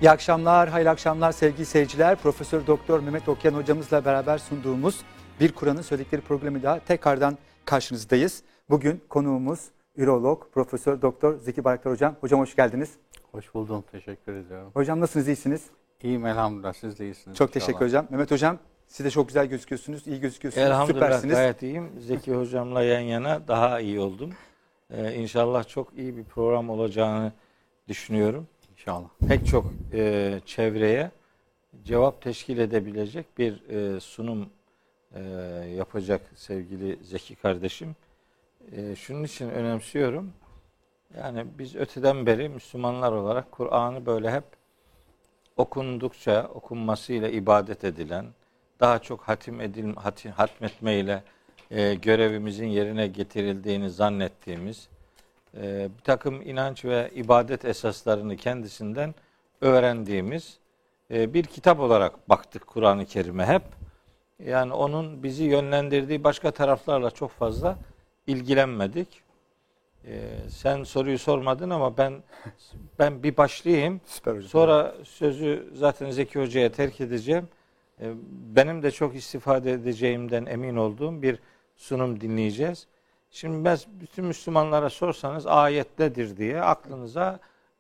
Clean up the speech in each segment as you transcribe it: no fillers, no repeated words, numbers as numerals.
İyi akşamlar, hayırlı akşamlar sevgili seyirciler. Profesör Doktor Mehmet Okyan hocamızla beraber sunduğumuz Bir Kur'an'ın Söyledikleri programı daha tekrardan karşınızdayız. Bugün konuğumuz ürolog Profesör Doktor Zeki Bayraktar hocam. Hocam hoş geldiniz. Hoş buldum, teşekkür ediyorum. Hocam nasılsınız, iyisiniz? İyiyim elhamdülillah, siz de iyisiniz. Çok teşekkür hocam. Mehmet hocam siz de çok güzel gözüküyorsunuz, iyi gözüküyorsunuz, elhamdülillah, süpersiniz. gayet iyiyim. Zeki hocamla yan yana daha iyi oldum. İnşallah çok iyi bir program olacağını düşünüyorum. İnşallah. Pek çok çevreye cevap teşkil edebilecek bir sunum yapacak sevgili Zeki kardeşim. Şunun için önemsiyorum. Yani biz öteden beri Müslümanlar olarak Kur'an'ı böyle hep okundukça okunmasıyla ibadet edilen, daha çok hatmetmeyle görevimizin yerine getirildiğini zannettiğimiz bir takım inanç ve ibadet esaslarını kendisinden öğrendiğimiz bir kitap olarak baktık Kur'an-ı Kerim'e hep. Yani onun bizi yönlendirdiği başka taraflarla çok fazla ilgilenmedik. Sen soruyu sormadın ama ben bir başlayayım. Sonra sözü zaten Zeki Hoca'ya terk edeceğim. Benim de çok istifade edeceğimden emin olduğum bir sunum dinleyeceğiz. Şimdi ben bütün Müslümanlara sorsanız ayet nedir diye aklınıza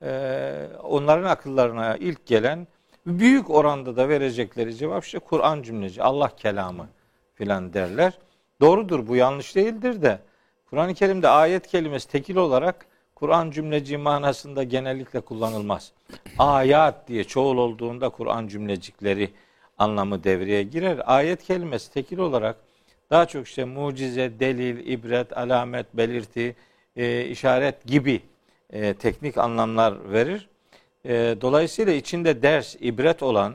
onların akıllarına ilk gelen büyük oranda da verecekleri cevap işte Kur'an cümleci, Allah kelamı filan derler. Doğrudur, bu yanlış değildir de Kur'an-ı Kerim'de ayet kelimesi tekil olarak Kur'an cümleci manasında genellikle kullanılmaz. Ayat diye çoğul olduğunda Kur'an cümlecikleri anlamı devreye girer. Ayet kelimesi tekil olarak daha çok işte mucize, delil, ibret, alamet, belirti, işaret gibi teknik anlamlar verir. Dolayısıyla içinde ders, ibret olan,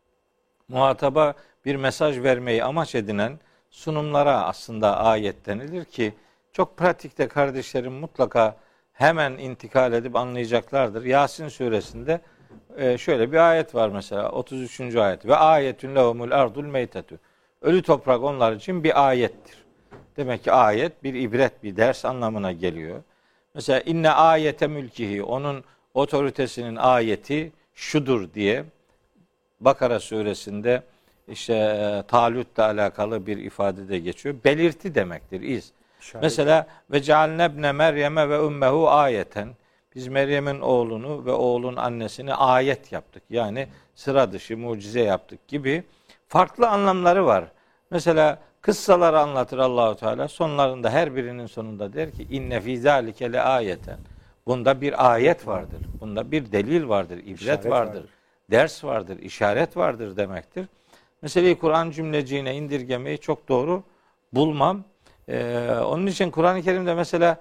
muhataba bir mesaj vermeyi amaç edinen sunumlara aslında ayet denilir ki çok pratikte kardeşlerim mutlaka hemen intikal edip anlayacaklardır. Yasin suresinde şöyle bir ayet var mesela 33. ayet. Ve ayetün lehumul ardul meytetü. Ölü toprak onlar için bir ayettir. Demek ki ayet bir ibret, bir ders anlamına geliyor. Mesela inne ayete mülkihi, onun otoritesinin ayeti şudur diye Bakara suresinde işte Talut'la alakalı bir ifade de geçiyor. Belirti demektir, iz. Mesela ve cealne ibne Meryem'e ve ummehu ayeten. Biz Meryem'in oğlunu ve oğlun annesini ayet yaptık. Yani sıra dışı mucize yaptık gibi farklı anlamları var. Mesela kıssaları anlatır Allahu Teala. Sonlarında her birinin sonunda der ki inne fî zâlike le ayeten. Bunda bir ayet vardır. Bunda bir delil vardır, ibret vardır, ders vardır, işaret vardır demektir. Meseleyi Kur'an cümleciğine indirgemeyi çok doğru bulmam. Onun için Kur'an-ı Kerim'de mesela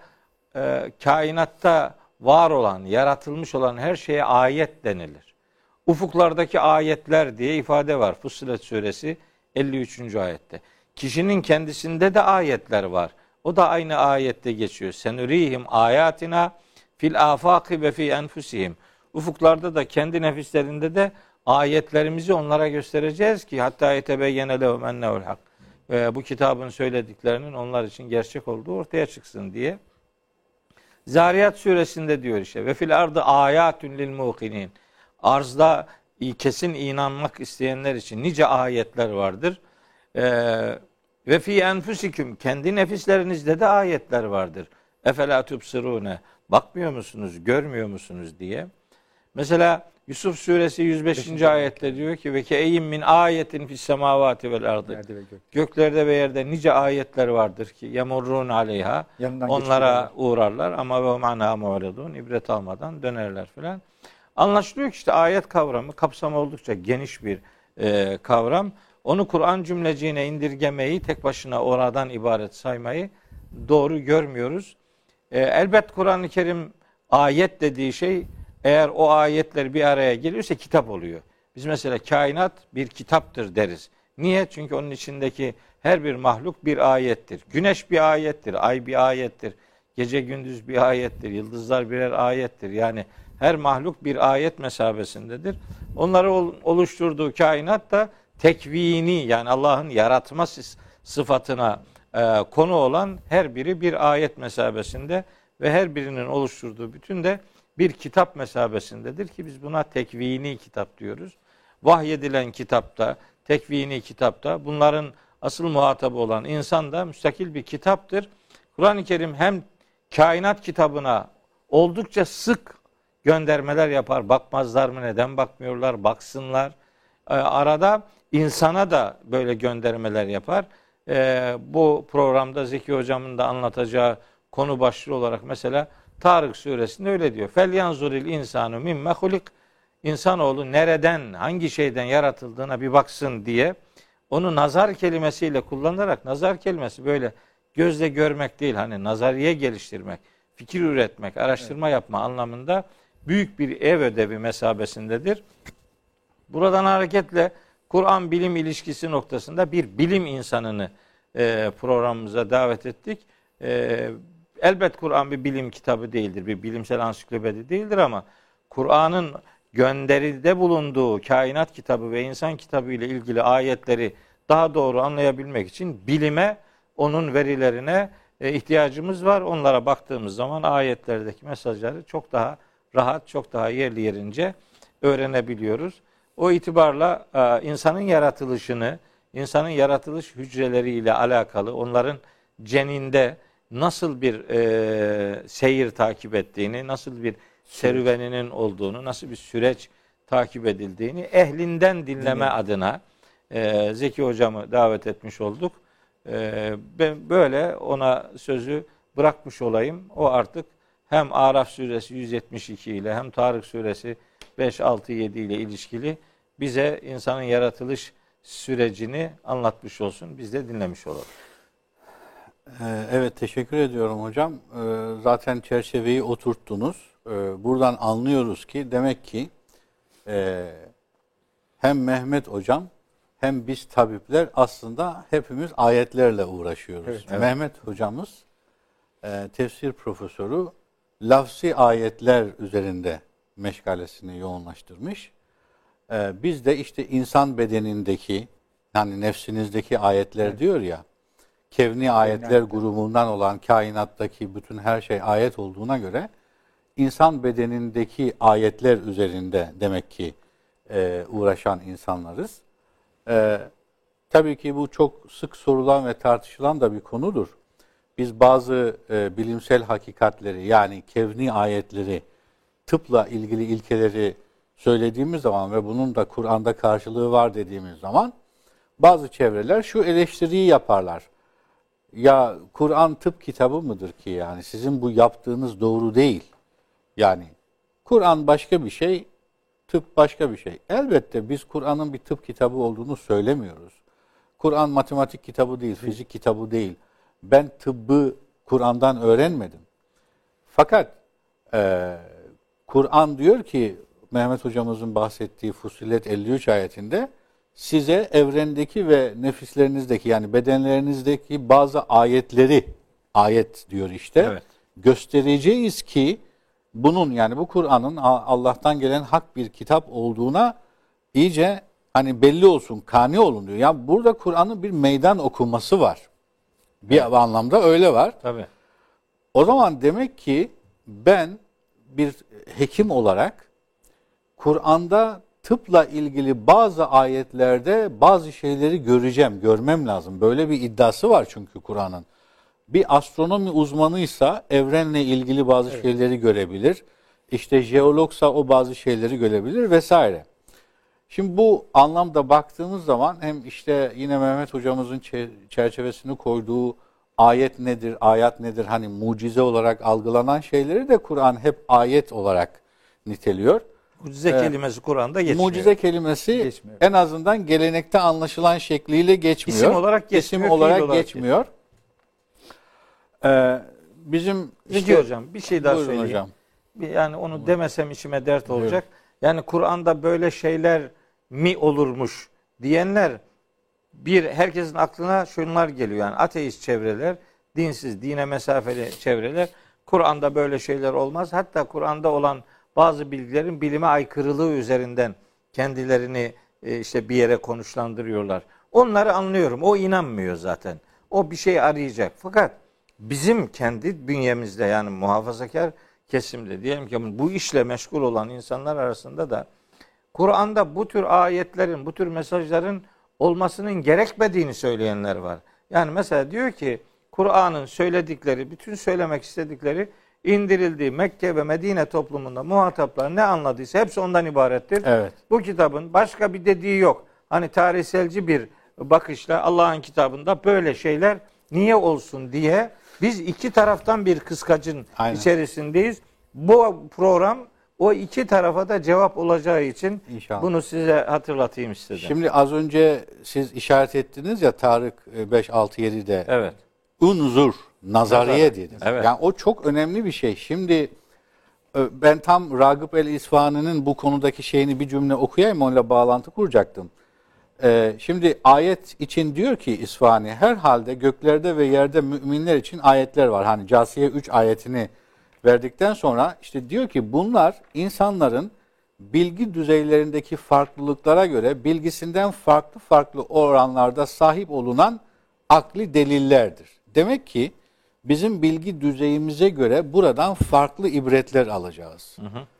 kainatta var olan, yaratılmış olan her şeye ayet denilir. Ufuklardaki ayetler diye ifade var. Fussilet suresi 53. ayette. Kişinin kendisinde de ayetler var. O da aynı ayette geçiyor. Senurihim ayatina fil afaki ve fi enfusihim. Ufuklarda da kendi nefislerinde de ayetlerimizi onlara göstereceğiz ki hatta yetebeyyene lehum ennehu'l hak. Bu kitabın söylediklerinin onlar için gerçek olduğu ortaya çıksın diye. Zariyat suresinde diyor işte ve fil ardı ayatun lil muqinin. Arzda kesin inanmak isteyenler için nice ayetler vardır. Ve fi enfusikum, kendi nefislerinizde de ayetler vardır. Efela tubsirune, bakmıyor musunuz, görmüyor musunuz diye. Mesela Yusuf suresi 105. ayette diyor ki ve ke eyyin min ayetin fis semavati vel ardı. Göklerde ve yerde nice ayetler vardır ki yemurrun aleyha. Onlara uğrarlar ama ve mana mu'ridun, ibret almadan dönerler filan. Anlaşılıyor ki işte ayet kavramı kapsamı oldukça geniş bir kavram. Onu Kur'an cümleciğine indirgemeyi, tek başına oradan ibaret saymayı doğru görmüyoruz. Elbet Kur'an-ı Kerim ayet dediği şey eğer o ayetler bir araya geliyorsa kitap oluyor. Biz mesela kainat bir kitaptır deriz. Niye? Çünkü onun içindeki her bir mahluk bir ayettir. Güneş bir ayettir, ay bir ayettir, gece gündüz bir ayettir, yıldızlar birer ayettir. Yani her mahluk bir ayet mesabesindedir. Onları oluşturduğu kainat da tekvini yani Allah'ın yaratma sıfatına konu olan her biri bir ayet mesabesinde ve her birinin oluşturduğu bütün de bir kitap mesabesindedir ki biz buna tekvini kitap diyoruz. Vahyedilen kitapta, tekvini kitapta bunların asıl muhatabı olan insan da müstakil bir kitaptır. Kur'an-ı Kerim hem kainat kitabına oldukça sık göndermeler yapar. Bakmazlar mı? Neden bakmıyorlar? Baksınlar. Arada insana da böyle göndermeler yapar. Bu programda Zeki Hocam'ın da anlatacağı konu başlığı olarak mesela Tarık suresinde öyle diyor. Felyanzuril insanu mimme hulik. İnsanoğlu nereden, hangi şeyden yaratıldığına bir baksın diye onu nazar kelimesiyle kullanarak, nazar kelimesi böyle gözle görmek değil, hani nazariye geliştirmek, fikir üretmek, araştırma yapma anlamında büyük bir ev ödevi mesabesindedir. Buradan hareketle Kur'an bilim ilişkisi noktasında bir bilim insanını programımıza davet ettik. Elbet Kur'an bir bilim kitabı değildir, bir bilimsel ansiklopedi değildir ama Kur'an'ın gönderide bulunduğu kainat kitabı ve insan kitabı ile ilgili ayetleri daha doğru anlayabilmek için bilime, onun verilerine ihtiyacımız var. Onlara baktığımız zaman ayetlerdeki mesajları çok daha rahat, çok daha yerli yerince öğrenebiliyoruz. O itibarla insanın yaratılışını, insanın yaratılış hücreleriyle alakalı, onların ceninde nasıl bir seyir takip ettiğini, nasıl bir serüveninin olduğunu, nasıl bir süreç takip edildiğini ehlinden dinleme adına Zeki Hocam'ı davet etmiş olduk. Ben böyle ona sözü bırakmış olayım. O artık hem Araf suresi 172 ile hem Tarık suresi 5, 6, 7 ile ilişkili bize insanın yaratılış sürecini anlatmış olsun. Biz de dinlemiş olalım. Evet, teşekkür ediyorum hocam. Zaten çerçeveyi oturttunuz. Buradan anlıyoruz ki demek ki hem Mehmet hocam hem biz tabipler aslında hepimiz ayetlerle uğraşıyoruz. Evet. Mehmet hocamız tefsir profesörü, lafsi ayetler üzerinde meşgalesini yoğunlaştırmış. Biz de işte insan bedenindeki, yani nefsinizdeki ayetler diyor ya, kevni ayetler grubundan olan kainattaki bütün her şey ayet olduğuna göre insan bedenindeki ayetler üzerinde demek ki uğraşan insanlarız. Tabii ki bu çok sık sorulan ve tartışılan da bir konudur. Biz bazı bilimsel hakikatleri, yani kevni ayetleri, tıpla ilgili ilkeleri söylediğimiz zaman ve bunun da Kur'an'da karşılığı var dediğimiz zaman bazı çevreler şu eleştiriyi yaparlar. Ya Kur'an tıp kitabı mıdır ki, yani sizin bu yaptığınız doğru değil. Yani Kur'an başka bir şey, tıp başka bir şey. Elbette biz Kur'an'ın bir tıp kitabı olduğunu söylemiyoruz. Kur'an matematik kitabı değil, fizik kitabı değil. Ben tıbbı Kur'an'dan öğrenmedim. Fakat Kur'an diyor ki, Mehmet hocamızın bahsettiği Fussilet 53 ayetinde, size evrendeki ve nefislerinizdeki, yani bedenlerinizdeki bazı ayetleri, ayet diyor işte, Evet. göstereceğiz ki bunun, yani bu Kur'an'ın Allah'tan gelen hak bir kitap olduğuna iyice hani belli olsun, kani olun diyor. Yani burada Kur'an'ın bir meydan okuması var. Bir anlamda öyle var. Tabii. O zaman demek ki ben bir hekim olarak Kur'an'da tıpla ilgili bazı ayetlerde bazı şeyleri görmem lazım. Böyle bir iddiası var çünkü Kur'an'ın. Bir astronomi uzmanıysa evrenle ilgili bazı şeyleri görebilir. İşte jeologsa o bazı şeyleri görebilir vesaire. Şimdi bu anlamda baktığımız zaman hem işte yine Mehmet hocamızın çerçevesini koyduğu ayet nedir, ayat nedir, hani mucize olarak algılanan şeyleri de Kur'an hep ayet olarak niteliyor. Mucize kelimesi Kur'an'da geçmiyor. Mucize kelimesi Geçmiyor. en azından gelenekte anlaşılan şekliyle geçmiyor. İsim olarak geçmiyor. İsim olarak fiil olarak geçmiyor. Bizim Zeki hocam bir şey daha buyurun söyleyeyim. hocam. Yani onu demesem içime dert olacak. Yani Kur'an'da böyle şeyler mi olurmuş diyenler, herkesin aklına şunlar geliyor. Yani ateist çevreler, dinsiz, dine mesafeli çevreler, Kur'an'da böyle şeyler olmaz. Hatta Kur'an'da olan bazı bilgilerin bilime aykırılığı üzerinden kendilerini işte bir yere konuşlandırıyorlar. Onları anlıyorum. O inanmıyor zaten. O bir şey arayacak. Fakat bizim kendi bünyemizde, yani muhafazakar kesimde, diyelim ki bu işle meşgul olan insanlar arasında da Kur'an'da bu tür ayetlerin, bu tür mesajların olmasının gerekmediğini söyleyenler var. Yani mesela diyor ki Kur'an'ın söyledikleri, bütün söylemek istedikleri indirildiği Mekke ve Medine toplumunda muhataplar ne anladıysa hepsi ondan ibarettir. Evet. Bu kitabın başka bir dediği yok. Hani tarihselci bir bakışla Allah'ın kitabında böyle şeyler niye olsun diye biz iki taraftan bir kıskacın Aynen. içerisindeyiz. Bu program o iki tarafa da cevap olacağı için İnşallah. bunu size hatırlatayım istedim. Şimdi az önce siz işaret ettiniz ya Tarık 5, 6, 7'de. Evet. Unzur, nazariye dediniz. Evet. Yani o çok önemli bir şey. Şimdi ben tam Ragıp el-İsfahani'nin bu konudaki şeyini bir cümle okuyayım, onunla bağlantı kuracaktım. Şimdi ayet için diyor ki İsfahani, herhalde göklerde ve yerde müminler için ayetler var. Hani Câsiye 3 ayetini verdikten sonra işte diyor ki bunlar insanların bilgi düzeylerindeki farklılıklara göre bilgisinden farklı farklı oranlarda sahip olunan akli delillerdir. Demek ki bizim bilgi düzeyimize göre buradan farklı ibretler alacağız.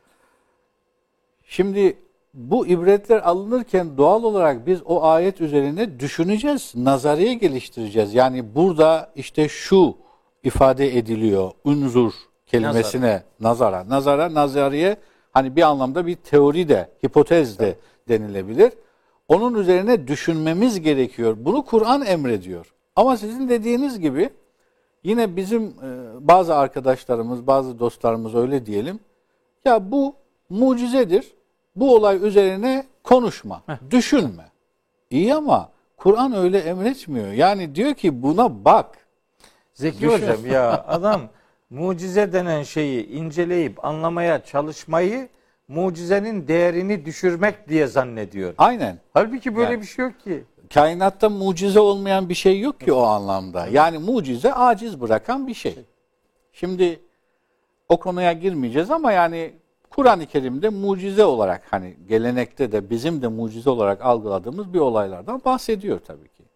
Şimdi bu ibretler alınırken doğal olarak biz o ayet üzerine düşüneceğiz, nazariye geliştireceğiz. Yani burada işte şu ifade ediliyor, unzur kelimesine, nazara, nazariye, hani bir anlamda bir teori de, hipotez de denilebilir. Onun üzerine düşünmemiz gerekiyor. Bunu Kur'an emrediyor. Ama sizin dediğiniz gibi yine bizim bazı arkadaşlarımız, bazı dostlarımız öyle diyelim. Ya bu mucizedir. Bu olay üzerine konuşma, düşünme. İyi ama Kur'an öyle emretmiyor. Yani diyor ki buna bak. Zeki Düşün. hocam ya adam mucize denen şeyi inceleyip anlamaya çalışmayı mucizenin değerini düşürmek diye zannediyor. Aynen. Halbuki böyle Yani- bir şey yok ki. Kainatta mucize olmayan bir şey yok ki o anlamda. Yani mucize aciz bırakan bir şey. Şimdi o konuya girmeyeceğiz ama yani Kur'an-ı Kerim'de mucize olarak hani gelenekte de bizim de mucize olarak algıladığımız bir olaylardan bahsediyor tabii ki.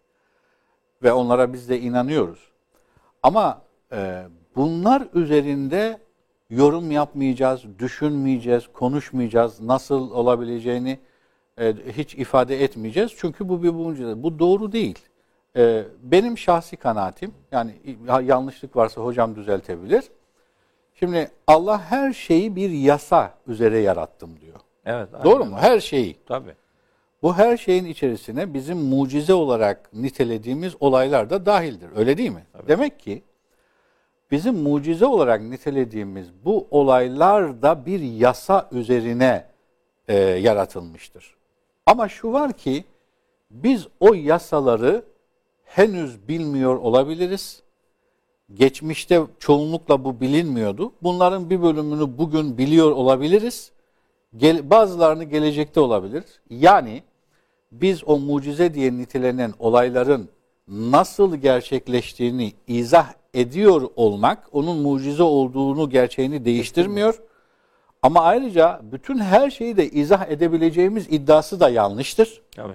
Ve onlara biz de inanıyoruz. Ama bunlar üzerinde yorum yapmayacağız, düşünmeyeceğiz, konuşmayacağız, nasıl olabileceğini hiç ifade etmeyeceğiz. Çünkü bu bir mucize. Bu doğru değil. Benim şahsi kanaatim, yani yanlışlık varsa hocam düzeltebilir. Şimdi Allah her şeyi bir yasa üzere yarattım diyor. Evet. Doğru mu? Her şeyi. Tabii. Bu her şeyin içerisine bizim mucize olarak nitelediğimiz olaylar da dahildir. Öyle değil mi? Tabii. Demek ki bizim mucize olarak nitelediğimiz bu olaylar da bir yasa üzerine yaratılmıştır. Ama şu var ki biz o yasaları henüz bilmiyor olabiliriz. Geçmişte çoğunlukla bu bilinmiyordu. Bunların bir bölümünü bugün biliyor olabiliriz. Bazılarını gelecekte olabilir. Yani biz o mucize diye nitelenen olayların nasıl gerçekleştiğini izah ediyor olmak, onun mucize olduğunu, gerçeğini değiştirmiyor. Ama ayrıca bütün her şeyi de izah edebileceğimiz iddiası da yanlıştır. Tabii.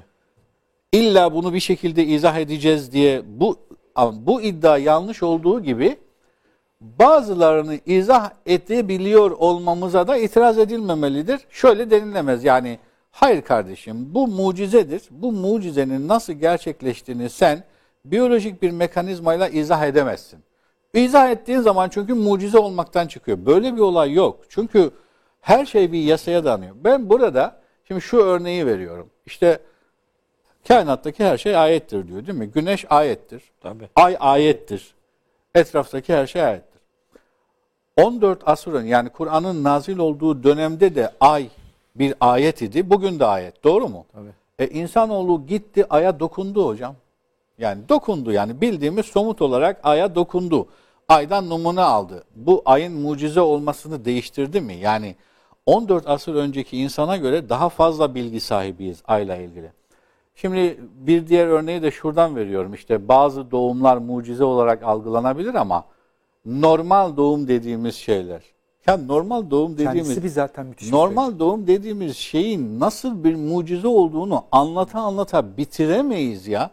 İlla bunu bir şekilde izah edeceğiz diye bu iddia yanlış olduğu gibi bazılarını izah edebiliyor olmamıza da itiraz edilmemelidir. Şöyle denilemez yani, hayır kardeşim bu mucizedir. Bu mucizenin nasıl gerçekleştiğini sen biyolojik bir mekanizmayla izah edemezsin. İzah ettiğin zaman çünkü mucize olmaktan çıkıyor. Böyle bir olay yok. Çünkü her şey bir yasaya dayanıyor. Ben burada şimdi şu örneği veriyorum. İşte kainattaki her şey ayettir diyor değil mi? Güneş ayettir. Tabii. Ay ayettir. Etraftaki her şey ayettir. 14 asırın yani Kur'an'ın nazil olduğu dönemde de ay bir ayet idi. Bugün de ayet. Doğru mu? Tabii. İnsanoğlu gitti aya dokundu hocam. Yani dokundu, yani bildiğimiz somut olarak aya dokundu. Aydan numune aldı. Bu ayın mucize olmasını değiştirdi mi? Yani 14 asır önceki insana göre daha fazla bilgi sahibiyiz ayla ilgili. Şimdi bir diğer örneği de şuradan veriyorum. İşte bazı doğumlar mucize olarak algılanabilir ama normal doğum dediğimiz şeyler. Ya normal doğum dediğimiz Kendisi bir zaten müthiş bir normal doğum dediğimiz şeyin nasıl bir mucize olduğunu anlata bitiremeyiz ya.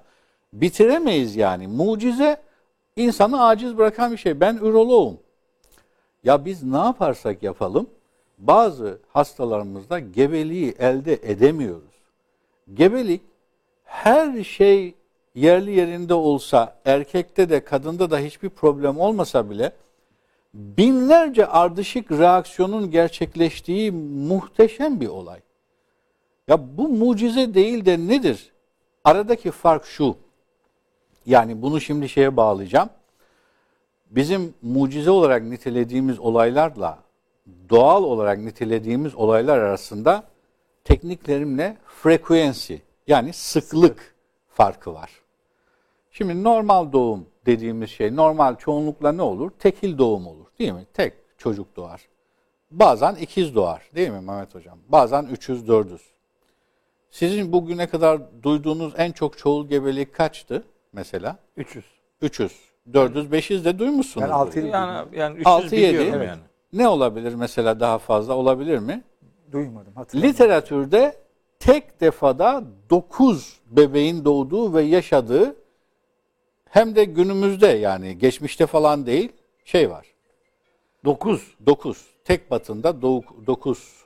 Bitiremeyiz yani. Mucize insanı aciz bırakan bir şey. Ben üroloğum. Ya biz ne yaparsak yapalım bazı hastalarımızda gebeliği elde edemiyoruz. Gebelik her şey yerli yerinde olsa, erkekte de kadında da hiçbir problem olmasa bile binlerce ardışık reaksiyonun gerçekleştiği muhteşem bir olay. Ya bu mucize değil de nedir? Aradaki fark şu. Yani bunu şimdi şeye bağlayacağım. Bizim mucize olarak nitelediğimiz olaylarla doğal olarak nitelediğimiz olaylar arasında teknik terimle frequency yani sıklık farkı var. Şimdi normal doğum dediğimiz şey normal çoğunlukla ne olur? Tekil doğum olur değil mi? Tek çocuk doğar. Bazen ikiz doğar değil mi Mehmet Hocam? Bazen 300, 400. Sizin bugüne kadar duyduğunuz en çok çoğul gebelik kaçtı mesela? 300. 300. 400, 500 de duymuşsunuz. Ben 6 Yani 300 6, 7. biliyorum Evet. yani. Ne olabilir mesela daha fazla olabilir mi? duymadım. Hatırlamıyorum. Literatürde tek defada 9 bebeğin doğduğu ve yaşadığı hem de günümüzde yani geçmişte falan değil şey var. 9. Tek batında 9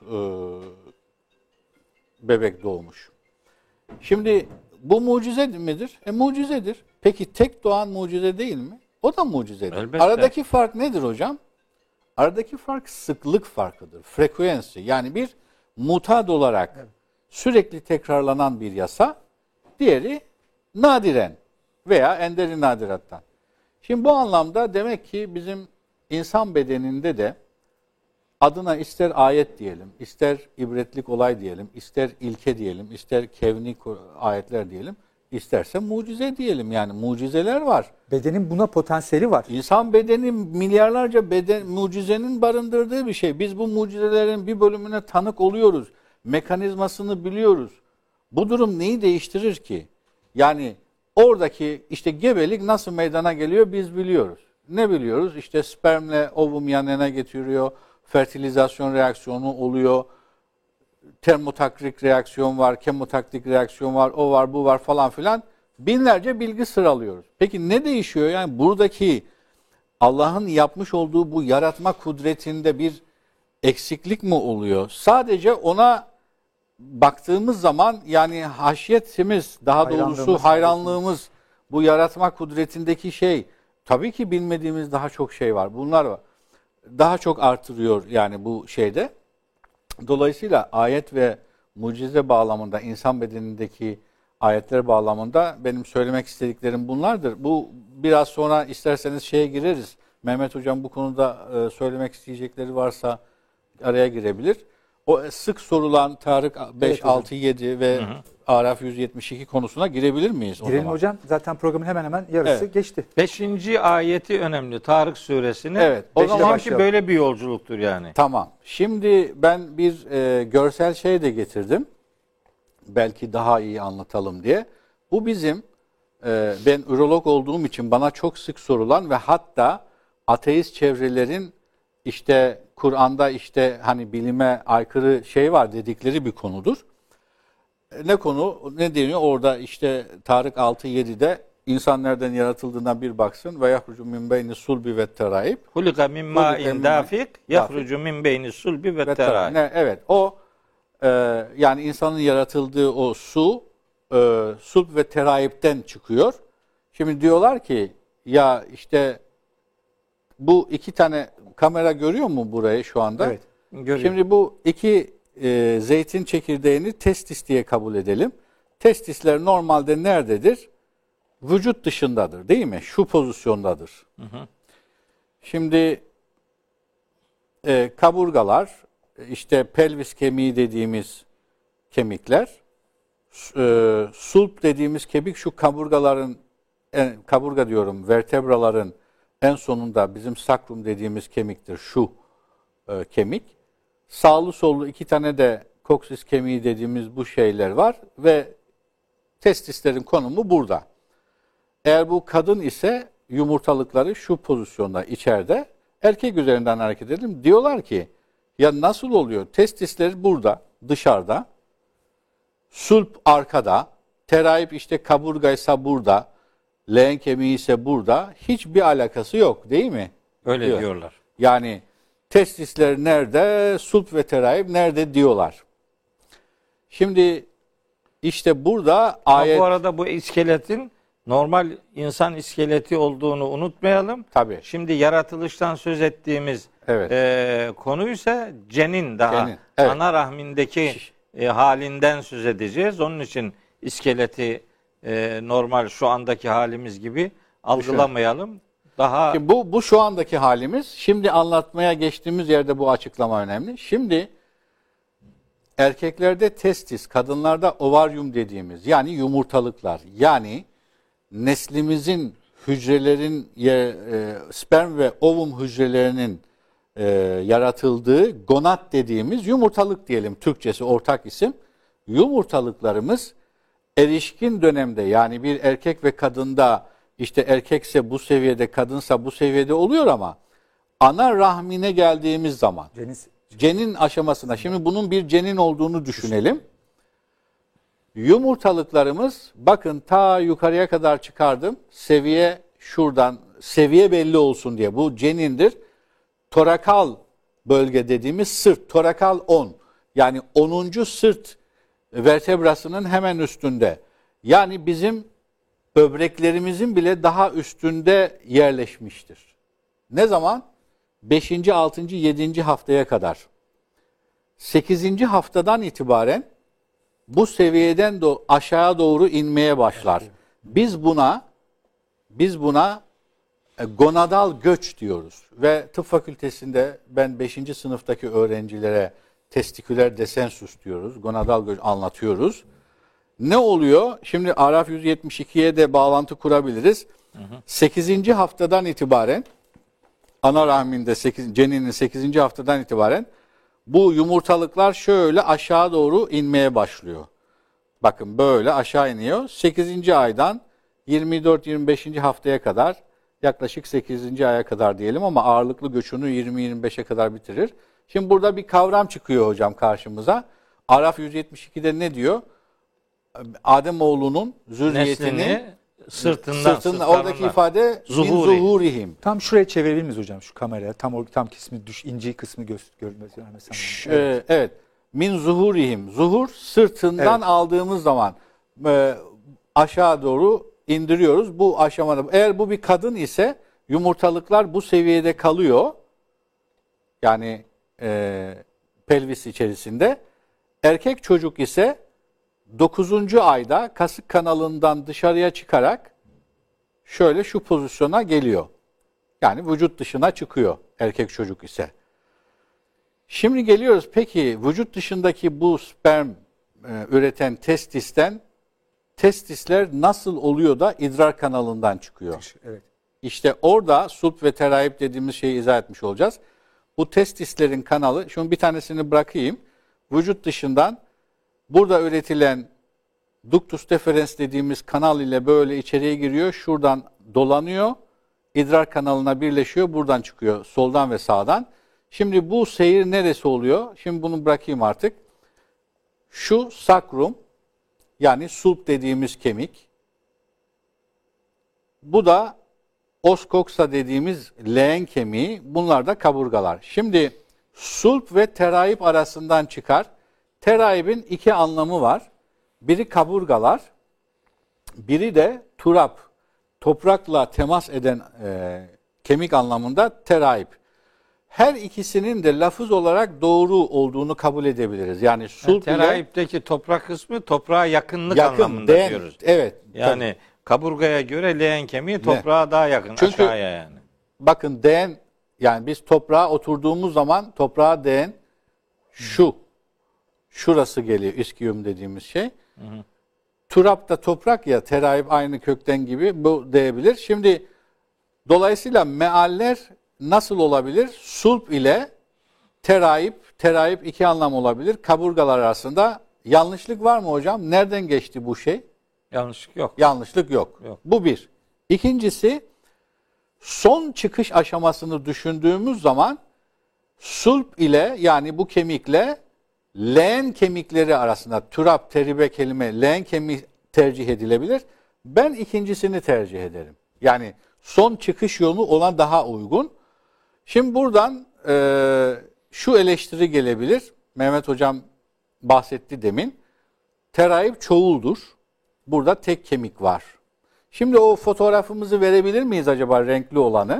bebek doğmuş. Şimdi bu mucize midir? Mucizedir. Peki tek doğan mucize değil mi? O da mucizedir. Elbette. Aradaki fark nedir hocam? Aradaki fark sıklık farkıdır. Frekansı. Yani bir mutad olarak sürekli tekrarlanan bir yasa, diğeri nadiren veya enderi nadirattan. Şimdi bu anlamda demek ki bizim insan bedeninde de adına ister ayet diyelim, ister ibretlik olay diyelim, ister ilke diyelim, ister kevni ayetler diyelim, isterse mucize diyelim. Yani mucizeler var. Bedenin buna potansiyeli var. İnsan bedeni milyarlarca mucizenin barındırdığı bir şey. Biz bu mucizelerin bir bölümüne tanık oluyoruz. Mekanizmasını biliyoruz. Bu durum neyi değiştirir ki? Yani oradaki işte gebelik nasıl meydana geliyor biz biliyoruz. Ne biliyoruz? İşte spermle ovum yan yana getiriyor. Fertilizasyon reaksiyonu oluyor. Termotakrik reaksiyon var, kemotakrik reaksiyon var, o var, bu var falan filan. Binlerce bilgi sıralıyoruz. Peki ne değişiyor? Yani buradaki Allah'ın yapmış olduğu bu yaratma kudretinde bir eksiklik mi oluyor? Sadece ona baktığımız zaman yani haşyetimiz, daha doğrusu hayranlığımız, bu yaratma kudretindeki şey, tabii ki bilmediğimiz daha çok şey var. Bunlar var. Daha çok artırıyor yani bu şeyde. Dolayısıyla ayet ve mucize bağlamında, insan bedenindeki ayetler bağlamında benim söylemek istediklerim bunlardır. Bu biraz sonra isterseniz şeye gireriz. Mehmet Hocam bu konuda söylemek isteyecekleri varsa araya girebilir. O sık sorulan Tarık 5, Evet, 6, 7 ve Araf 172 konusuna girebilir miyiz? Girelim hocam. Zaten programın hemen hemen yarısı geçti. 5. ayeti önemli. Tarık suresinin. Evet, o O zaman zaman başlayalım. böyle bir yolculuktur yani. Tamam. Şimdi ben bir görsel şey de getirdim. Belki daha iyi anlatalım diye. Bu bizim, ben ürolog olduğum için bana çok sık sorulan ve hatta ateist çevrelerin işte Kur'an'da işte hani bilime aykırı şey var dedikleri bir konudur. Ne konu? Ne deniyor? Orada işte Tarık 6-7'de insan nereden yaratıldığına bir baksın. Ve yahrucu min beyni sulbi ve teraib. Hulika min ma'in dafik yahrucu min beyni sulbi ve teraib. Evet, o yani insanın yaratıldığı o su sulb ve teraipten çıkıyor. Şimdi diyorlar ki ya işte bu iki tane kamera görüyor mu burayı şu anda? Evet. Görüyorum. Şimdi bu iki zeytin çekirdeğini testis diye kabul edelim. Testisler normalde nerededir? Vücut dışındadır değil mi? Şu pozisyondadır. Şimdi kaburgalar, işte pelvis kemiği dediğimiz kemikler, sulp dediğimiz kemik şu kaburgaların, kaburga diyorum, vertebraların en sonunda bizim sakrum dediğimiz kemiktir şu kemik. Sağlı sollu iki tane de koksis kemiği dediğimiz bu şeyler var ve testislerin konumu burada. Eğer bu kadın ise yumurtalıkları şu pozisyonda içeride, erkek üzerinden hareket edelim. Diyorlar ki ya nasıl oluyor? Testisler burada, dışarıda, sulp arkada, teraip işte kaburgaysa burada, leğen kemiği ise burada. Hiçbir alakası yok değil mi? Öyle diyor. diyorlar. Yani Testisler nerede? Sulp ve teraib nerede diyorlar. Şimdi işte burada Ama ayet... bu arada bu iskeletin normal insan iskeleti olduğunu unutmayalım. Tabii. Şimdi yaratılıştan söz ettiğimiz Evet. konuysa cenin daha Cenin, evet. ana rahmindeki halinden söz edeceğiz. Onun için iskeleti normal şu andaki halimiz gibi algılamayalım. Daha Şimdi bu şu andaki halimiz. Şimdi anlatmaya geçtiğimiz yerde bu açıklama önemli. Şimdi erkeklerde testis, kadınlarda ovaryum dediğimiz yani yumurtalıklar, yani neslimizin hücrelerin sperm ve ovum hücrelerinin yaratıldığı gonad dediğimiz yumurtalık diyelim, Türkçesi ortak isim. Yumurtalıklarımız erişkin dönemde, yani bir erkek ve kadında işte erkekse bu seviyede, kadınsa bu seviyede oluyor ama ana rahmine geldiğimiz zaman cenin aşamasına, şimdi bunun bir cenin olduğunu düşünelim. Yumurtalıklarımız, bakın ta yukarıya kadar çıkardım. Seviye şuradan, seviye belli olsun diye. Bu cenindir. Torakal bölge dediğimiz sırt, torakal 10. Yani 10. sırt vertebrasının hemen üstünde. Yani bizim böbreklerimizin bile daha üstünde yerleşmiştir. Ne zaman? 5. 6. 7. haftaya kadar. 8. haftadan itibaren bu seviyeden aşağı doğru inmeye başlar. Biz buna gonadal göç diyoruz. Ve tıp fakültesinde ben 5. sınıftaki öğrencilere testiküler desensus diyoruz. Gonadal göç anlatıyoruz. Ne oluyor? Şimdi Araf 172'ye de bağlantı kurabiliriz. 8. haftadan itibaren ana rahminde ceninin 8. haftadan itibaren bu yumurtalıklar şöyle aşağı doğru inmeye başlıyor. Bakın böyle aşağı iniyor. 8. aydan 24-25. haftaya kadar, yaklaşık 8. aya kadar diyelim ama ağırlıklı göçünü 20-25'e kadar bitirir. Şimdi burada bir kavram çıkıyor hocam karşımıza. Araf 172'de ne diyor? Ademoğlunun zürriyetini sırtından oradaki ifade zuhurihim. Tam şuraya çevirebilir miyiz hocam şu kameraya? Tam kısmı ince kısmı görmesi. Evet. Min zuhurihim. Zuhur sırtından aldığımız zaman aşağı doğru indiriyoruz. Bu aşamada eğer bu bir kadın ise yumurtalıklar bu seviyede kalıyor. Yani pelvis içerisinde. Erkek çocuk ise 9. ayda kasık kanalından dışarıya çıkarak şöyle şu pozisyona geliyor. Yani vücut dışına çıkıyor erkek çocuk ise. Şimdi geliyoruz, peki vücut dışındaki bu sperm üreten testisler nasıl oluyor da idrar kanalından çıkıyor? Evet. İşte orada sulp ve teraib dediğimiz şeyi izah etmiş olacağız. Bu testislerin kanalı, şunu bir tanesini bırakayım. Vücut dışından burada üretilen ductus deferens dediğimiz kanal ile böyle içeriye giriyor. Şuradan dolanıyor. İdrar kanalına birleşiyor. Buradan çıkıyor. Soldan ve sağdan. Şimdi bu seyir neresi oluyor? Şimdi bunu bırakayım artık. Şu sakrum, yani sulp dediğimiz kemik. Bu da os coxa dediğimiz leğen kemiği. Bunlar da kaburgalar. Şimdi sulp ve teraib arasından çıkar. Teraibin iki anlamı var. Biri kaburgalar, biri de turap, toprakla temas eden kemik anlamında teraib. Her ikisinin de lafız olarak doğru olduğunu kabul edebiliriz. Yani sulp ile teraibdeki toprak kısmı toprağa yakınlık anlamında diyoruz. Evet. Yani tabii. Kaburgaya göre leğen kemiği toprağa daha yakın, Çünkü, aşağıya yani. Bakın değen, yani biz toprağa oturduğumuz zaman toprağa değen şurası geliyor, iskiyum dediğimiz şey. Turap da toprak ya, teraib aynı kökten gibi bu değebilir. Şimdi dolayısıyla mealler nasıl olabilir? Sulp ile teraib iki anlam olabilir. Kaburgalar arasında yanlışlık var mı hocam? Nereden geçti bu şey? Yanlışlık yok. Yanlışlık yok. Bu bir. İkincisi, son çıkış aşamasını düşündüğümüz zaman sulp ile, yani bu kemikle leğen kemikleri arasında turap, teribe kelime leğen kemiği tercih edilebilir. Ben ikincisini tercih ederim. Yani son çıkış yolu ona daha uygun. Şimdi buradan şu eleştiri gelebilir. Mehmet Hocam bahsetti demin. Teraib çoğuldur. Burada tek kemik var. Şimdi o fotoğrafımızı verebilir miyiz acaba, renkli olanı?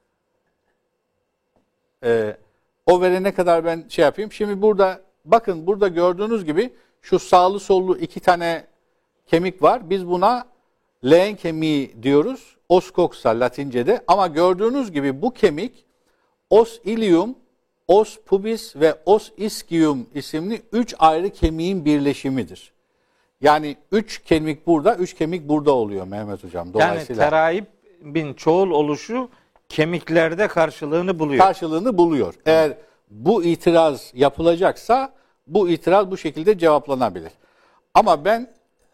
O verene kadar ben şey yapayım. Şimdi burada bakın, burada gördüğünüz gibi şu sağlı sollu iki tane kemik var. Biz buna leğen kemiği diyoruz. Os coxa Latince'de. Ama gördüğünüz gibi bu kemik os ilium, os pubis ve os ischium isimli 3 ayrı kemiğin birleşimidir. Yani 3 kemik burada, 3 kemik burada oluyor Mehmet Hocam. Dolayısıyla Yani teraibin çoğul oluşu kemiklerde karşılığını buluyor. Karşılığını buluyor. Eğer bu itiraz yapılacaksa bu itiraz bu şekilde cevaplanabilir. Ama ben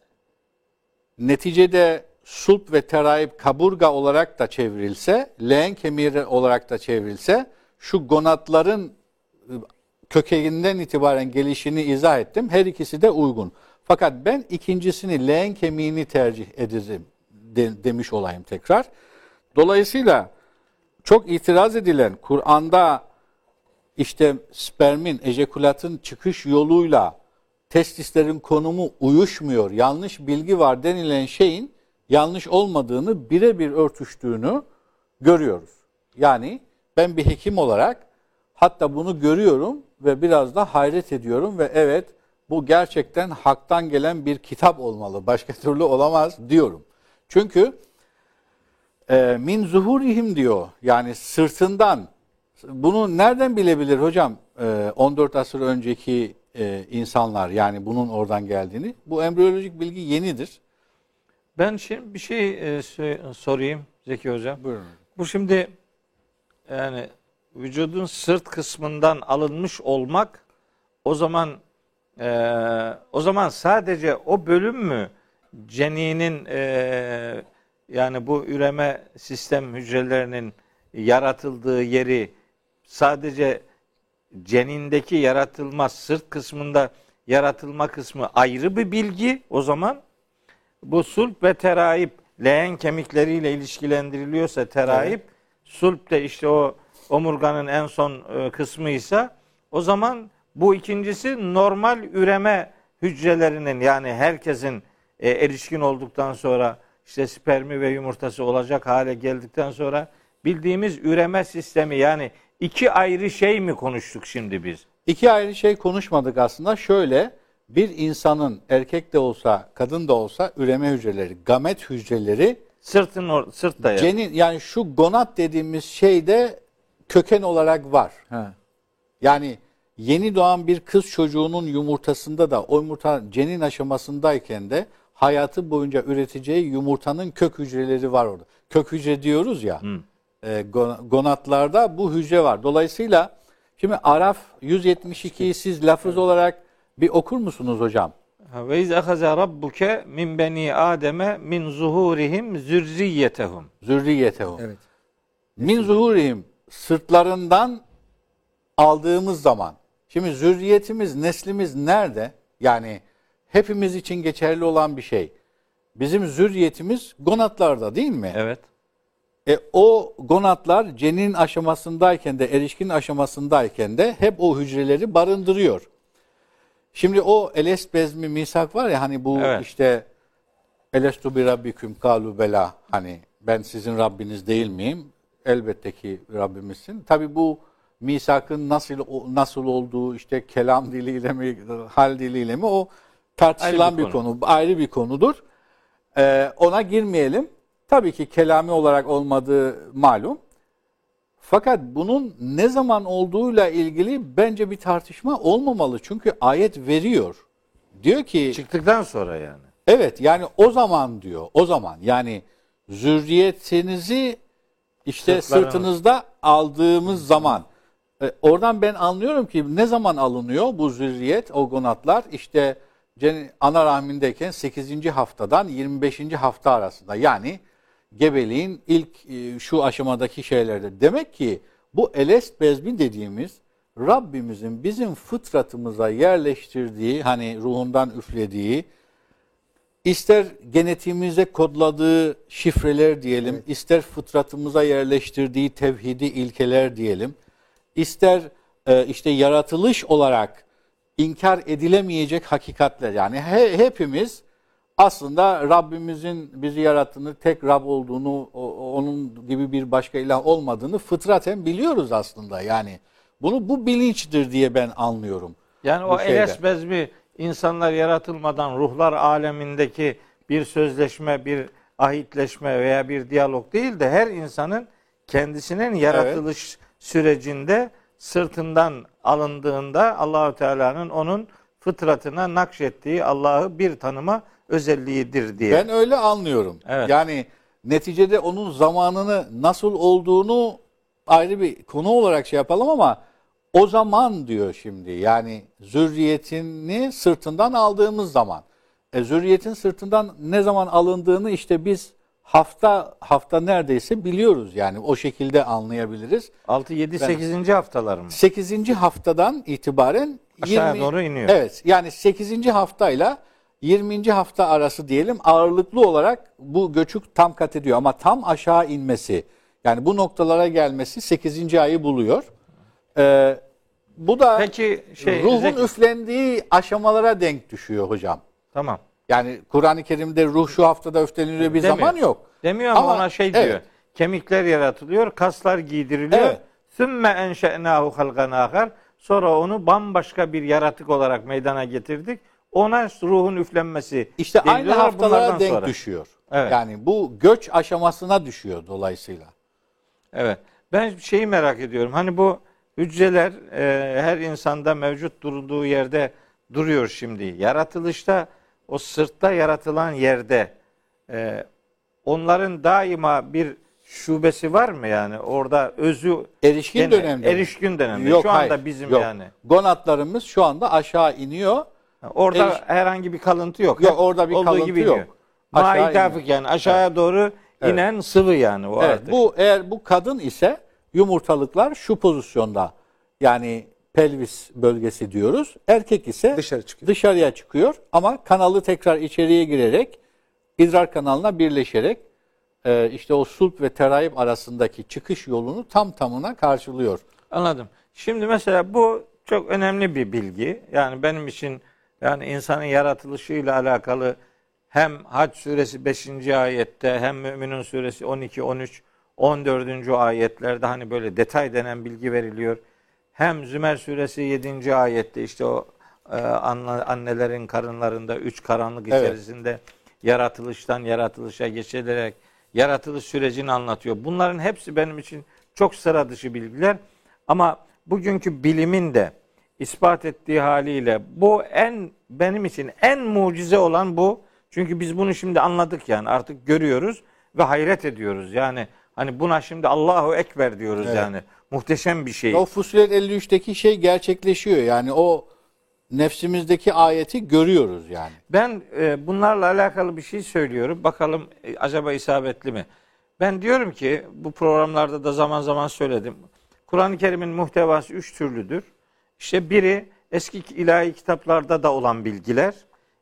neticede sulp ve teraib kaburga olarak da çevrilse, leğen kemiği olarak da çevrilse, şu gonatların kökeninden itibaren gelişini izah ettim. Her ikisi de uygun. Fakat ben ikincisini, leğen kemiğini tercih ederim demiş olayım tekrar. Dolayısıyla çok itiraz edilen, Kur'an'da işte spermin, ejekulatın çıkış yoluyla testislerin konumu uyuşmuyor, yanlış bilgi var denilen şeyin yanlış olmadığını, birebir örtüştüğünü görüyoruz. Yani ben bir hekim olarak hatta bunu görüyorum ve biraz da hayret ediyorum ve evet, bu gerçekten haktan gelen bir kitap olmalı, başka türlü olamaz diyorum. Çünkü min zuhurihim diyor, yani sırtından. Bunu nereden bilebilir hocam 14 asır önceki insanlar, yani bunun oradan geldiğini? Bu embriyolojik bilgi yenidir. Ben şimdi bir şey sorayım Zeki Hocam. Buyurun. Bu şimdi yani vücudun sırt kısmından alınmış olmak o zaman sadece o bölüm mü ceninin yani bu üreme sistem hücrelerinin yaratıldığı yeri, sadece cenindeki yaratılma, sırt kısmında yaratılma kısmı ayrı bir bilgi o zaman? Bu sulp ve teraib leğen kemikleriyle ilişkilendiriliyorsa teraib, evet. Sulp de işte o omurganın en son kısmıysa, o zaman bu ikincisi normal üreme hücrelerinin, yani herkesin erişkin olduktan sonra işte spermi ve yumurtası olacak hale geldikten sonra bildiğimiz üreme sistemi, yani iki ayrı şey mi konuştuk şimdi biz? İki ayrı şey konuşmadık aslında. Şöyle, bir insanın erkek de olsa kadın da olsa üreme hücreleri, gamet hücreleri sırtta cenin, yani şu gonat dediğimiz şeyde köken olarak var. He. Yani yeni doğan bir kız çocuğunun yumurtasında da, o yumurta cenin aşamasındayken de hayatı boyunca üreteceği yumurtanın kök hücreleri var orada. Kök hücre diyoruz ya. Gonatlarda bu hücre var. Dolayısıyla şimdi Araf 172'yi siz lafız olarak bir okur musunuz hocam? Ve iz ahaze rabbuke min beni Adem'e min zuhurihim zürriyetehum. Zürriyetehum. Evet. Min zuhurihim, sırtlarından aldığımız zaman. Şimdi zürriyetimiz, neslimiz nerede? Yani hepimiz için geçerli olan bir şey. Bizim zürriyetimiz gonatlarda değil mi? Evet. O gonatlar cenin aşamasındayken de, erişkin aşamasındayken de hep o hücreleri barındırıyor. Şimdi o elest bezmi misak var ya, hani bu evet. işte elestu bi rabbiküm kalu bela, hani ben sizin Rabbiniz değil miyim? Elbette ki Rabbimizsin. Tabi bu misakın nasıl olduğu, işte kelam diliyle mi, hal diliyle mi, o tartışılan bir konu. Ayrı bir konudur. Ona girmeyelim. Tabii ki kelami olarak olmadığı malum. Fakat bunun ne zaman olduğuyla ilgili bence bir tartışma olmamalı. Çünkü ayet veriyor. Diyor ki... Çıktıktan sonra yani. Evet, yani o zaman diyor. O zaman yani zürriyetinizi işte sırtınızda aldığımız zaman. Oradan ben anlıyorum ki ne zaman alınıyor bu zürriyet, o gonatlar? İşte ana rahmindeyken 8. haftadan 25. hafta arasında, yani gebeliğin ilk şu aşamadaki şeylerde. Demek ki bu elest bezmi dediğimiz Rabbimizin bizim fıtratımıza yerleştirdiği, hani ruhundan üflediği, ister genetiğimize kodladığı şifreler diyelim, evet. ister fıtratımıza yerleştirdiği tevhidi ilkeler diyelim, ister işte yaratılış olarak inkar edilemeyecek hakikatler. Yani hepimiz aslında Rabbimizin bizi yarattığını, tek Rab olduğunu, onun gibi bir başka ilah olmadığını fıtraten biliyoruz aslında. Yani bu bilinçtir diye ben anlıyorum. Yani o Eles bezmi insanlar yaratılmadan ruhlar alemindeki bir sözleşme, bir ahitleşme veya bir diyalog değil de her insanın kendisinin yaratılış sürecinde sırtından alındığında Allahu Teala'nın onun fıtratına nakşettiği Allah'ı bir tanıma özelliğidir diye. Ben öyle anlıyorum. Evet. Yani neticede onun zamanını nasıl olduğunu ayrı bir konu olarak şey yapalım ama o zaman diyor şimdi. Yani zürriyetini sırtından aldığımız zaman. Zürriyetin sırtından ne zaman alındığını işte biz hafta neredeyse biliyoruz. Yani o şekilde anlayabiliriz. 6, 7, 8. haftalar mı? 8. haftadan itibaren aşağı doğru iniyor. Evet. Yani 8. haftayla 20. hafta arası diyelim ağırlıklı olarak bu göçük tam kat ediyor. Ama tam aşağı inmesi, yani bu noktalara gelmesi 8. ayı buluyor. Bu da Peki ruhun üflendiği aşamalara denk düşüyor hocam. Tamam. Yani Kur'an-ı Kerim'de ruh şu haftada üfleniliyor bir zaman yok. Demiyor ama ona diyor. Evet. Kemikler yaratılıyor, kaslar giydiriliyor. Evet. Sümme enşe'nahu halgan ahar. Sonra onu bambaşka bir yaratık olarak meydana getirdik. Ona ruhun üflenmesi. İşte aynı deniliyor haftalara denk sonra düşüyor. Evet. Yani bu göç aşamasına düşüyor dolayısıyla. Evet. Ben şeyi merak ediyorum. Hani bu hücreler her insanda mevcut durduğu yerde duruyor şimdi. Yaratılışta o sırtta yaratılan yerde onların daima bir şubesi var mı yani? Orada özü Erişkin dönemde. Erişkin dönemde. Yok, şu anda hayır, bizim yok. yani. Gonatlarımız şu anda aşağı iniyor. Orada herhangi bir kalıntı yok. Yok, orada bir olduğu kalıntı gibi yok. iniyor. Aşağı Maidafik yani aşağıya doğru inen sıvı yani o Evet, artık. bu eğer bu kadın ise yumurtalıklar şu pozisyonda, yani pelvis bölgesi diyoruz. Erkek ise dışarıya çıkıyor ama kanalı tekrar içeriye girerek idrar kanalına birleşerek işte o sulp ve teraib arasındaki çıkış yolunu tam tamına karşılıyor. Anladım. Şimdi mesela bu çok önemli bir bilgi. Yani benim için yani insanın yaratılışıyla alakalı hem Hac suresi 5. ayette hem Müminun suresi 12, 13, 14. ayetlerde hani böyle detay denen bilgi veriliyor. Hem Zümer suresi 7. ayette işte o annelerin karınlarında 3 karanlık içerisinde yaratılıştan yaratılışa geçilerek yaratılış sürecini anlatıyor. Bunların hepsi benim için çok sıra dışı bilgiler. Ama bugünkü bilimin de ispat ettiği haliyle bu benim için en mucize olan bu. Çünkü biz bunu şimdi anladık yani artık görüyoruz ve hayret ediyoruz. Yani hani buna şimdi Allahu Ekber diyoruz yani. Muhteşem bir şey. O Fussilet 53'teki şey gerçekleşiyor. Yani o nefsimizdeki ayeti görüyoruz yani. Ben bunlarla alakalı bir şey söylüyorum. Bakalım acaba isabetli mi? Ben diyorum ki bu programlarda da zaman zaman söyledim. Kur'an-ı Kerim'in muhtevası 3 türlüdür. İşte biri eski ilahi kitaplarda da olan bilgiler.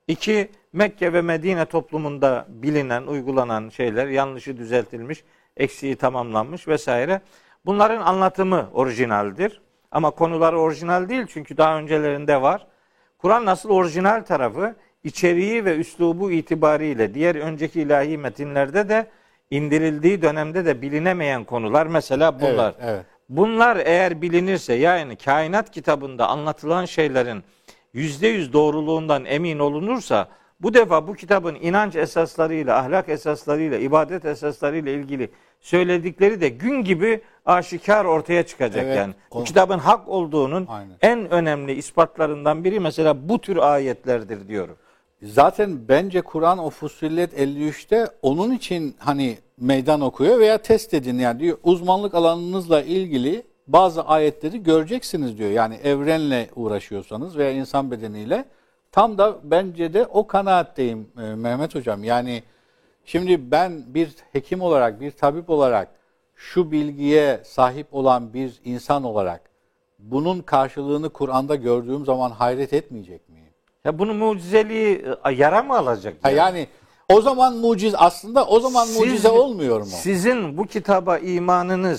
2 Mekke ve Medine toplumunda bilinen, uygulanan şeyler, yanlışı düzeltilmiş, eksiği tamamlanmış vesaire. Bunların anlatımı orijinaldir. Ama konuları orijinal değil çünkü daha öncelerinde var. Kur'an nasıl orijinal tarafı, içeriği ve üslubu itibariyle diğer önceki ilahi metinlerde de indirildiği dönemde de bilinemeyen konular mesela bunlar. Evet. Bunlar eğer bilinirse yani kainat kitabında anlatılan şeylerin %100 doğruluğundan emin olunursa bu defa bu kitabın inanç esaslarıyla, ahlak esaslarıyla, ibadet esaslarıyla ilgili söyledikleri de gün gibi aşikar ortaya çıkacak yani. Bu kitabın hak olduğunun en önemli ispatlarından biri mesela bu tür ayetlerdir diyorum. Zaten bence Kur'an o Fussilet 53'te onun için hani meydan okuyor veya test edin yani diyor uzmanlık alanınızla ilgili bazı ayetleri göreceksiniz diyor. Yani evrenle uğraşıyorsanız veya insan bedeniyle tam da bence de o kanaatteyim Mehmet Hocam. Yani şimdi ben bir hekim olarak, bir tabip olarak şu bilgiye sahip olan bir insan olarak bunun karşılığını Kur'an'da gördüğüm zaman hayret etmeyecek miyim? Ya bunu mucizeliği yara mı alacak? Yani o zaman mucize aslında o zaman mucize olmuyor mu? Sizin bu kitaba imanınız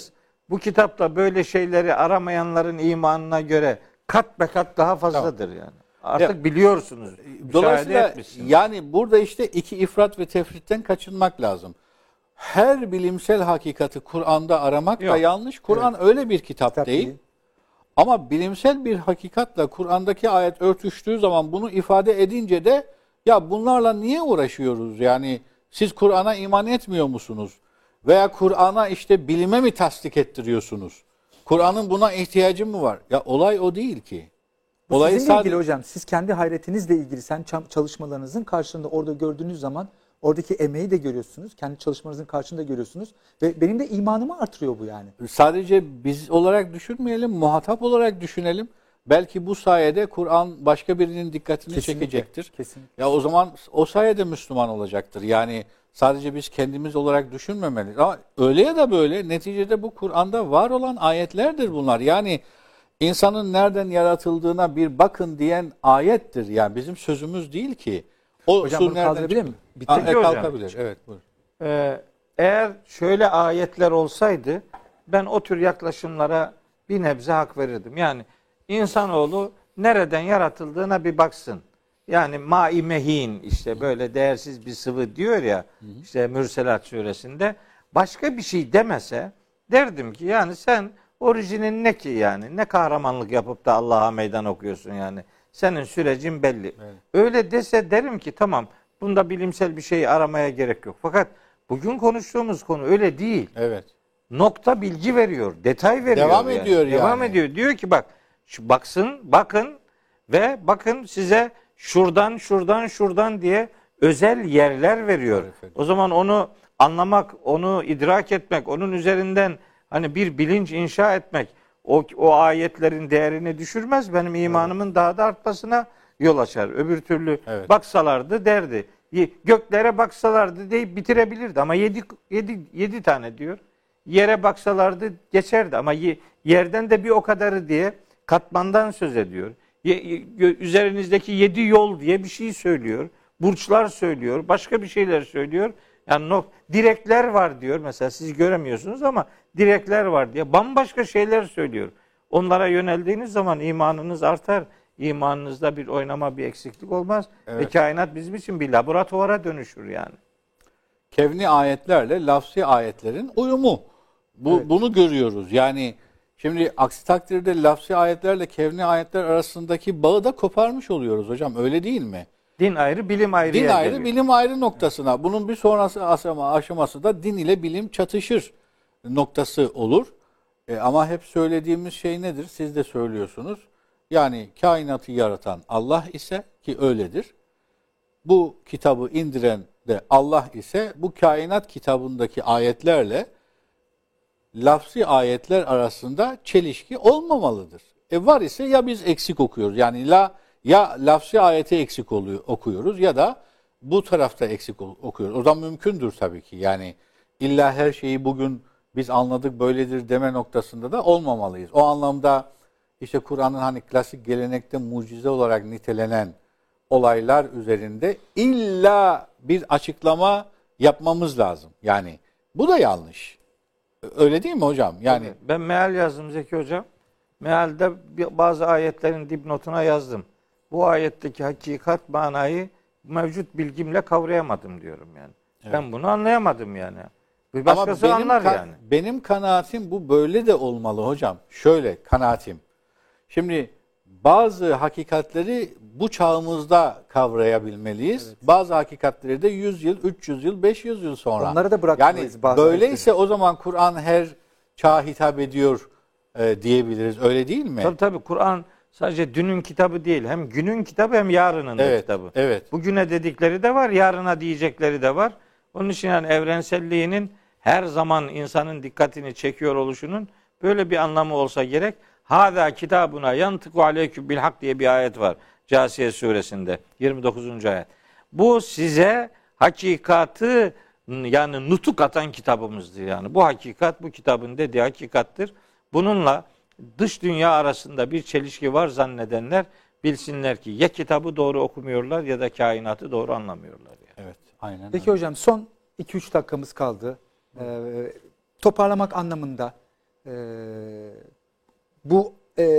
bu kitapta böyle şeyleri aramayanların imanına göre kat be kat daha fazladır yani. Artık biliyorsunuz. Müşahede Dolayısıyla etmişsiniz. yani burada işte iki ifrat ve tefritten kaçınmak lazım. Her bilimsel hakikati Kur'an'da aramak da Yok. yanlış. Kur'an öyle bir kitap değil. değil. Ama bilimsel bir hakikatla Kur'an'daki ayet örtüştüğü zaman bunu ifade edince de ya bunlarla niye uğraşıyoruz? Yani siz Kur'an'a iman etmiyor musunuz? Veya Kur'an'a işte bilime mi tasdik ettiriyorsunuz? Kur'an'ın buna ihtiyacı mı var? Ya olay o değil ki. Bu Olay sizinle sadece ilgili hocam. Siz kendi hayretinizle ilgili çalışmalarınızın karşılığında orada gördüğünüz zaman oradaki emeği de görüyorsunuz. Kendi çalışmanızın karşılığında görüyorsunuz. Ve benim de imanımı artırıyor bu yani. sadece biz olarak düşünmeyelim, muhatap olarak düşünelim. Belki bu sayede Kur'an başka birinin dikkatini çekecektir. Kesinlikle. Ya o zaman o sayede Müslüman olacaktır. Yani sadece biz kendimiz olarak düşünmemeliyiz. Ama öyle ya da böyle neticede bu Kur'an'da var olan ayetlerdir bunlar. Yani insanın nereden yaratıldığına bir bakın diyen ayettir. Yani bizim sözümüz değil ki. O Hocam su bunu nereden kaldırabilir çıktı? mi? Bitti. Peki hocam. Kalkabilir. Evet, buyurun. Eğer şöyle ayetler olsaydı ben o tür yaklaşımlara bir nebze hak verirdim. Yani insanoğlu nereden yaratıldığına bir baksın. Yani mai mehin işte böyle değersiz bir sıvı diyor ya işte Mürselat suresinde başka bir şey demese derdim ki yani sen orijinin ne ki yani ne kahramanlık yapıp da Allah'a meydan okuyorsun yani senin sürecin belli. Evet. Öyle dese derim ki tamam bunda bilimsel bir şey aramaya gerek yok. Fakat bugün konuştuğumuz konu öyle değil. Evet. Nokta bilgi veriyor, detay veriyor. Devam ediyor yani. Devam ediyor. Diyor ki bak, bakın ve bakın size şuradan diye özel yerler veriyor. Evet. O zaman onu anlamak, onu idrak etmek, onun üzerinden hani bir bilinç inşa etmek o ayetlerin değerini düşürmez. Benim imanımın daha da artmasına yol açar. Öbür türlü baksalardı derdi. Göklere baksalardı deyip bitirebilirdi ama 7 tane diyor. Yere baksalardı geçerdi ama yerden de bir o kadarı diye katmandan söz ediyor. Üzerinizdeki 7 yol diye bir şey söylüyor. Burçlar söylüyor. Başka bir şeyler söylüyor. Yani direkler var diyor. Mesela siz göremiyorsunuz ama direkler var diye bambaşka şeyler söylüyor. Onlara yöneldiğiniz zaman imanınız artar. İmanınızda bir oynama, bir eksiklik olmaz. Evet. Ve kainat bizim için bir laboratuvara dönüşür yani. Kevni ayetlerle lafzi ayetlerin uyumu. Bunu görüyoruz. Yani şimdi aksi takdirde lafzi ayetlerle kevni ayetler arasındaki bağı da koparmış oluyoruz hocam. Öyle değil mi? Din ayrı, bilim ayrı. Din ayrı, geliyor. bilim ayrı noktasına. Bunun bir sonrası aşaması da din ile bilim çatışır noktası olur. Ama hep söylediğimiz şey nedir? Siz de söylüyorsunuz. Yani kainatı yaratan Allah ise ki öyledir. Bu kitabı indiren de Allah ise bu kainat kitabındaki ayetlerle lafzi ayetler arasında çelişki olmamalıdır. Var ise ya biz eksik okuyoruz. Yani ya lafzi ayeti eksik okuyoruz ya da bu tarafta eksik okuyoruz. O zaman mümkündür tabii ki. Yani illa her şeyi bugün biz anladık böyledir deme noktasında da olmamalıyız. O anlamda işte Kur'an'ın hani klasik gelenekte mucize olarak nitelenen olaylar üzerinde illa bir açıklama yapmamız lazım. Yani bu da yanlış. Öyle değil mi hocam? Yani ben meal yazdım Zeki Hocam. Mealde bazı ayetlerin dipnotuna yazdım. Bu ayetteki hakikat manayı mevcut bilgimle kavrayamadım diyorum yani. Evet. Ben bunu anlayamadım yani. Bir başkası anlar yani. Benim kanaatim bu böyle de olmalı hocam. Şöyle kanaatim. Şimdi bazı hakikatleri bu çağımızda kavrayabilmeliyiz. Evet. Bazı hakikatleri de 100 yıl, 300 yıl, 500 yıl sonra. Onları da bırakmalıyız. Yani böyleyse o zaman Kur'an her çağa hitap ediyor diyebiliriz. Öyle değil mi? Tabii Kur'an sadece dünün kitabı değil. Hem günün kitabı hem yarının da kitabı. Evet. Bugüne dedikleri de var, yarına diyecekleri de var. Onun için yani evrenselliğinin her zaman insanın dikkatini çekiyor oluşunun böyle bir anlamı olsa gerek. Hâzâ kitabuna yantıku aleyküm bil hak diye bir ayet var. Câsiye suresinde 29. ayet. Bu size hakikatı yani nutuk atan kitabımızdır yani. Bu hakikat bu kitabın dediği hakikattır. Bununla dış dünya arasında bir çelişki var zannedenler bilsinler ki ya kitabı doğru okumuyorlar ya da kainatı doğru anlamıyorlar. Yani. Evet, aynen. Peki hocam son 2-3 dakikamız kaldı. Toparlamak anlamında bu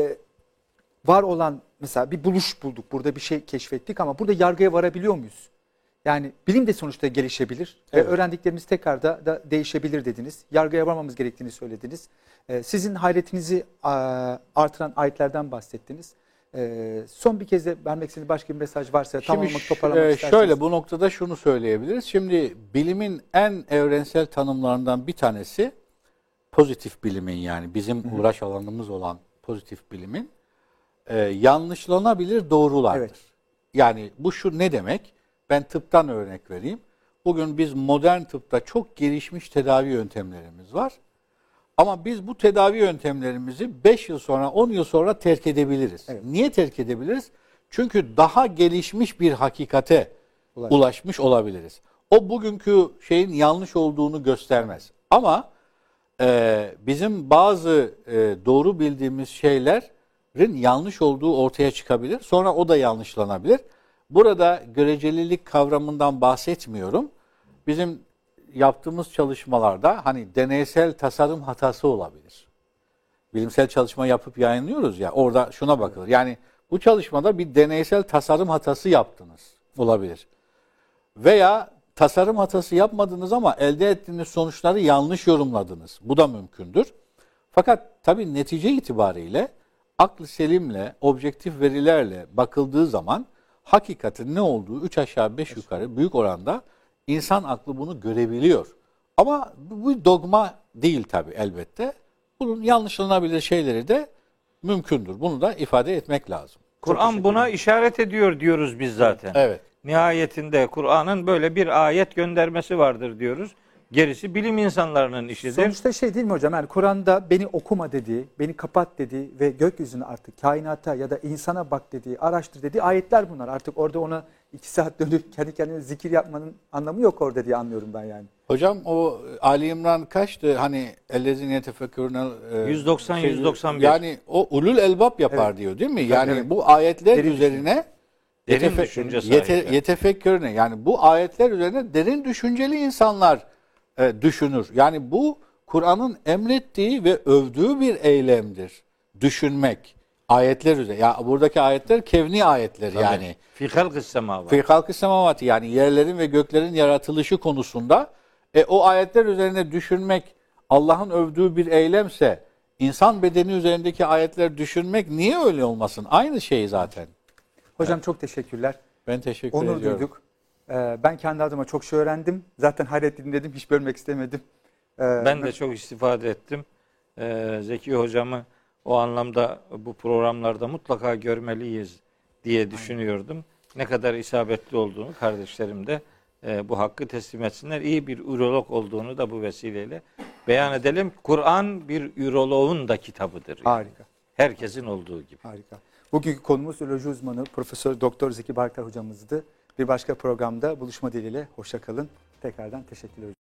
var olan mesela bir buluş bulduk, burada bir şey keşfettik ama burada yargıya varabiliyor muyuz? Yani bilim de sonuçta gelişebilir. Evet. Öğrendiklerimiz tekrar da değişebilir dediniz. Yargıya varmamız gerektiğini söylediniz. Sizin hayretinizi artıran ayetlerden bahsettiniz. Son bir kez de vermek istediğiniz başka bir mesaj varsa tamamlamak, toparlamak isterseniz. Şöyle bu noktada şunu söyleyebiliriz. Şimdi bilimin en evrensel tanımlarından bir tanesi pozitif bilimin, yani bizim uğraş alanımız olan pozitif bilimin yanlışlanabilir doğrulardır. Evet. Yani bu şu ne demek? Ben tıptan örnek vereyim. Bugün biz modern tıpta çok gelişmiş tedavi yöntemlerimiz var. Ama biz bu tedavi yöntemlerimizi 5 yıl sonra, 10 yıl sonra terk edebiliriz. Evet. Niye terk edebiliriz? Çünkü daha gelişmiş bir hakikate ulaşmış olabiliriz. O bugünkü şeyin yanlış olduğunu göstermez. Ama bizim bazı doğru bildiğimiz şeylerin yanlış olduğu ortaya çıkabilir. Sonra o da yanlışlanabilir. Burada görecelilik kavramından bahsetmiyorum. Bizim yaptığımız çalışmalarda hani deneysel tasarım hatası olabilir. Bilimsel çalışma yapıp yayınlıyoruz ya, orada şuna bakılır. Yani bu çalışmada bir deneysel tasarım hatası yaptınız olabilir. Veya tasarım hatası yapmadınız ama elde ettiğiniz sonuçları yanlış yorumladınız. Bu da mümkündür. Fakat tabii netice itibariyle aklı selimle, objektif verilerle bakıldığı zaman hakikatin ne olduğu 3 aşağı 5 yukarı büyük oranda insan aklı bunu görebiliyor. Ama bu dogma değil tabii elbette. Bunun yanlışlanabilir şeyleri de mümkündür. Bunu da ifade etmek lazım. Kur'an buna işaret ediyor diyoruz biz zaten. Evet. Nihayetinde Kur'an'ın böyle bir ayet göndermesi vardır diyoruz. Gerisi bilim insanlarının işidir. Sonuçta şey değil mi hocam? Yani Kur'an'da beni okuma dediği, beni kapat dediği ve gökyüzüne artık kainata ya da insana bak dediği, araştır dediği ayetler bunlar. Artık orada ona 2 saat dönüp kendi kendine zikir yapmanın anlamı yok orada diye anlıyorum ben yani. Hocam o Ali İmran kaçtı? Hani ellezine yetefekkürüne 190-191. Yani o ulul elbab yapar diyor değil mi? Yani evet. bu ayetler Derin üzerine Derin düşünce sahibi. yetefekkürüne, yani bu ayetler üzerine derin düşünceli insanlar düşünür. Yani bu Kur'an'ın emrettiği ve övdüğü bir eylemdir. Düşünmek. Ayetler üzerine. Ya buradaki ayetler kevni ayetler yani. Fi halkis semavat. Fi halkis semavati, yani yerlerin ve göklerin yaratılışı konusunda o ayetler üzerine düşünmek Allah'ın övdüğü bir eylemse, insan bedeni üzerindeki ayetler düşünmek niye öyle olmasın? Aynı şey zaten. Hocam çok teşekkürler. Ben teşekkür Onur ediyorum. duyduk. Ben kendi adıma çok şey öğrendim. Zaten hayret dinledim, hiç bölmek istemedim. Ben de çok istifade ettim. Zeki hocamı o anlamda bu programlarda mutlaka görmeliyiz diye düşünüyordum. Ne kadar isabetli olduğunu kardeşlerim de bu hakkı teslim etsinler. İyi bir ürolog olduğunu da bu vesileyle beyan edelim. Kur'an bir üroloğun da kitabıdır. Yani. Harika. Herkesin olduğu gibi. Harika. Bugünkü konumuz üroloji uzmanı Profesör Doktor Zeki Barkar hocamızdı. Bir başka programda buluşma dileğiyle hoşça kalın. Tekrardan teşekkürler.